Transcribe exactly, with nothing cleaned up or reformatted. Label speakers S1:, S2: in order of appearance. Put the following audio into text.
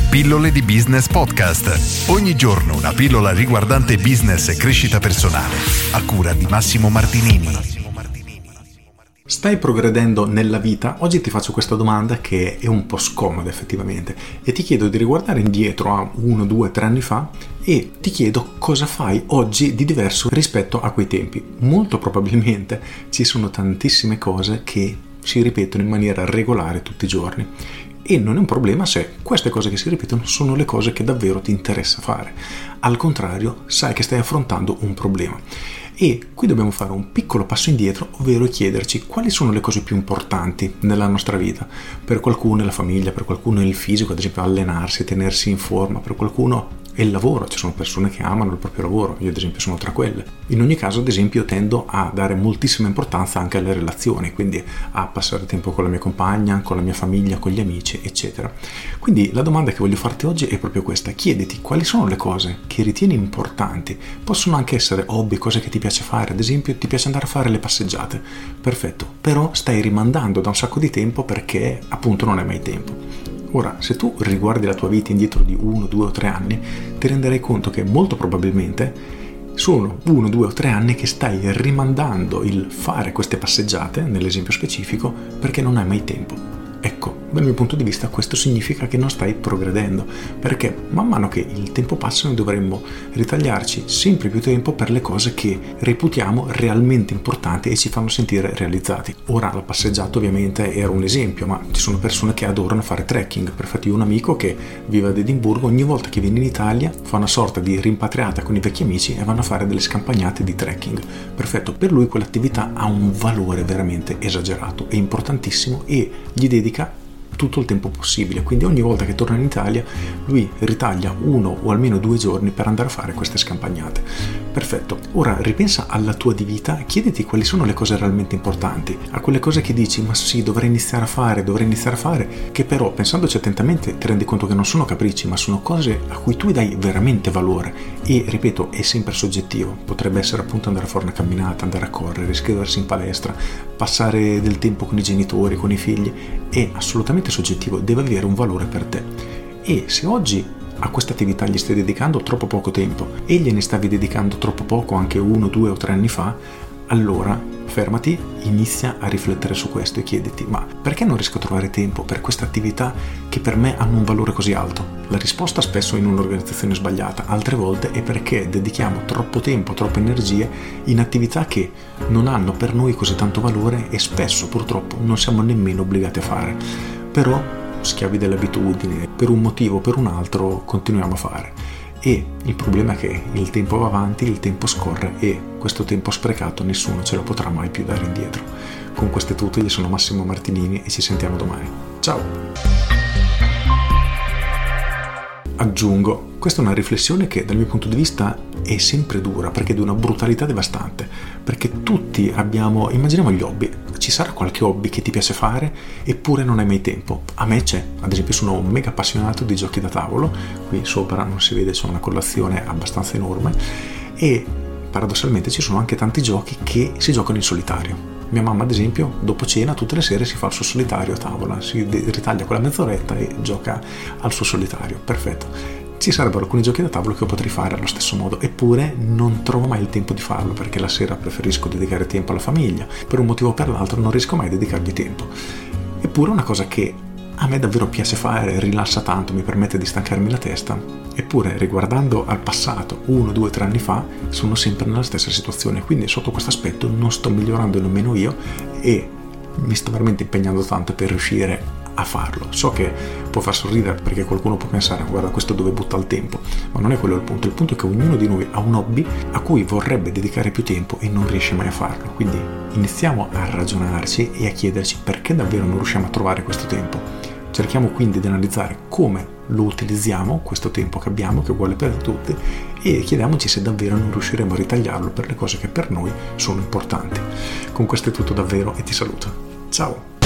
S1: Pillole di Business Podcast. Ogni giorno una pillola riguardante business e crescita personale. A cura di Massimo Martinini.
S2: Stai progredendo nella vita? Oggi ti faccio questa domanda che è un po' scomoda effettivamente e ti chiedo di riguardare indietro a uno, due, tre anni fa e ti chiedo cosa fai oggi di diverso rispetto a quei tempi. Molto probabilmente ci sono tantissime cose che si ripetono in maniera regolare tutti i giorni. E non è un problema se queste cose che si ripetono sono le cose che davvero ti interessa fare. Al contrario, sai che stai affrontando un problema. E qui dobbiamo fare un piccolo passo indietro, ovvero chiederci quali sono le cose più importanti nella nostra vita. Per qualcuno è la famiglia, per qualcuno è il fisico, ad esempio allenarsi, tenersi in forma, per qualcuno è il lavoro, ci sono persone che amano il proprio lavoro, io ad esempio sono tra quelle. In ogni caso, ad esempio, tendo a dare moltissima importanza anche alle relazioni, quindi a passare tempo con la mia compagna, con la mia famiglia, con gli amici, eccetera. Quindi la domanda che voglio farti oggi è proprio questa: chiediti quali sono le cose che ritieni importanti. Possono anche essere hobby, cose che ti piace fare, ad esempio ti piace andare a fare le passeggiate, perfetto, però stai rimandando da un sacco di tempo perché appunto non hai mai tempo. Ora, se tu riguardi la tua vita indietro di uno, due o tre anni, ti renderai conto che molto probabilmente sono uno, due o tre anni che stai rimandando il fare queste passeggiate, nell'esempio specifico, perché non hai mai tempo. Ecco, dal mio punto di vista questo significa che non stai progredendo, perché man mano che il tempo passa noi dovremmo ritagliarci sempre più tempo per le cose che reputiamo realmente importanti e ci fanno sentire realizzati. Ora, la passeggiata ovviamente era un esempio, ma ci sono persone che adorano fare trekking. Perfetto, io ho un amico che vive ad Edimburgo, ogni volta che viene in Italia fa una sorta di rimpatriata con i vecchi amici e vanno a fare delle scampagnate di trekking. Perfetto, per lui quell'attività ha un valore veramente esagerato, è importantissimo e gli dedica tutto il tempo possibile, quindi ogni volta che torna in Italia lui ritaglia uno o almeno due giorni per andare a fare queste scampagnate. Perfetto, ora ripensa alla tua di vita, chiediti quali sono le cose realmente importanti, a quelle cose che dici ma sì, dovrei iniziare a fare, dovrei iniziare a fare, che però pensandoci attentamente ti rendi conto che non sono capricci, ma sono cose a cui tu dai veramente valore. E ripeto, è sempre soggettivo, potrebbe essere appunto andare a fare una camminata, andare a correre, iscriversi in palestra, passare del tempo con i genitori, con i figli, è assolutamente soggettivo, deve avere un valore per te. E se oggi a questa attività gli stai dedicando troppo poco tempo e gliene stavi dedicando troppo poco anche uno, due o tre anni fa, allora fermati, inizia a riflettere su questo e chiediti: ma perché non riesco a trovare tempo per queste attività che per me hanno un valore così alto? La risposta spesso è in un'organizzazione sbagliata, altre volte è perché dedichiamo troppo tempo, troppe energie in attività che non hanno per noi così tanto valore e spesso purtroppo non siamo nemmeno obbligati a fare. Però, schiavi delle abitudini, per un motivo o per un altro continuiamo a fare. E il problema è che il tempo va avanti, il tempo scorre e questo tempo sprecato nessuno ce lo potrà mai più dare indietro. Con questo è tutto, io sono Massimo Martinini e ci sentiamo domani. Ciao! Aggiungo, questa è una riflessione che dal mio punto di vista è sempre dura, perché è di una brutalità devastante, perché tutti abbiamo, immaginiamo gli hobby, ci sarà qualche hobby che ti piace fare eppure non hai mai tempo. A me c'è, ad esempio sono un mega appassionato di giochi da tavolo, qui sopra non si vede, c'è una collezione abbastanza enorme e paradossalmente ci sono anche tanti giochi che si giocano in solitario. Mia mamma ad esempio dopo cena tutte le sere si fa il suo solitario a tavola, si ritaglia quella mezz'oretta e gioca al suo solitario, perfetto. Ci sarebbero alcuni giochi da tavolo che io potrei fare allo stesso modo, eppure non trovo mai il tempo di farlo perché la sera preferisco dedicare tempo alla famiglia, per un motivo o per l'altro non riesco mai a dedicargli tempo. Eppure una cosa che a me davvero piace fare, rilassa tanto, mi permette di stancarmi la testa, eppure riguardando al passato, uno, due, tre anni fa, sono sempre nella stessa situazione, quindi sotto questo aspetto non sto migliorando nemmeno io e mi sto veramente impegnando tanto per riuscire a farlo. So che può far sorridere perché qualcuno può pensare: guarda, questo dove butta il tempo, ma non è quello il punto. Il punto è che ognuno di noi ha un hobby a cui vorrebbe dedicare più tempo e non riesce mai a farlo, quindi iniziamo a ragionarci e a chiederci perché davvero non riusciamo a trovare questo tempo. Cerchiamo quindi di analizzare come lo utilizziamo, questo tempo che abbiamo, che è uguale per tutti, e chiediamoci se davvero non riusciremo a ritagliarlo per le cose che per noi sono importanti. Con questo è tutto davvero e ti saluto. Ciao!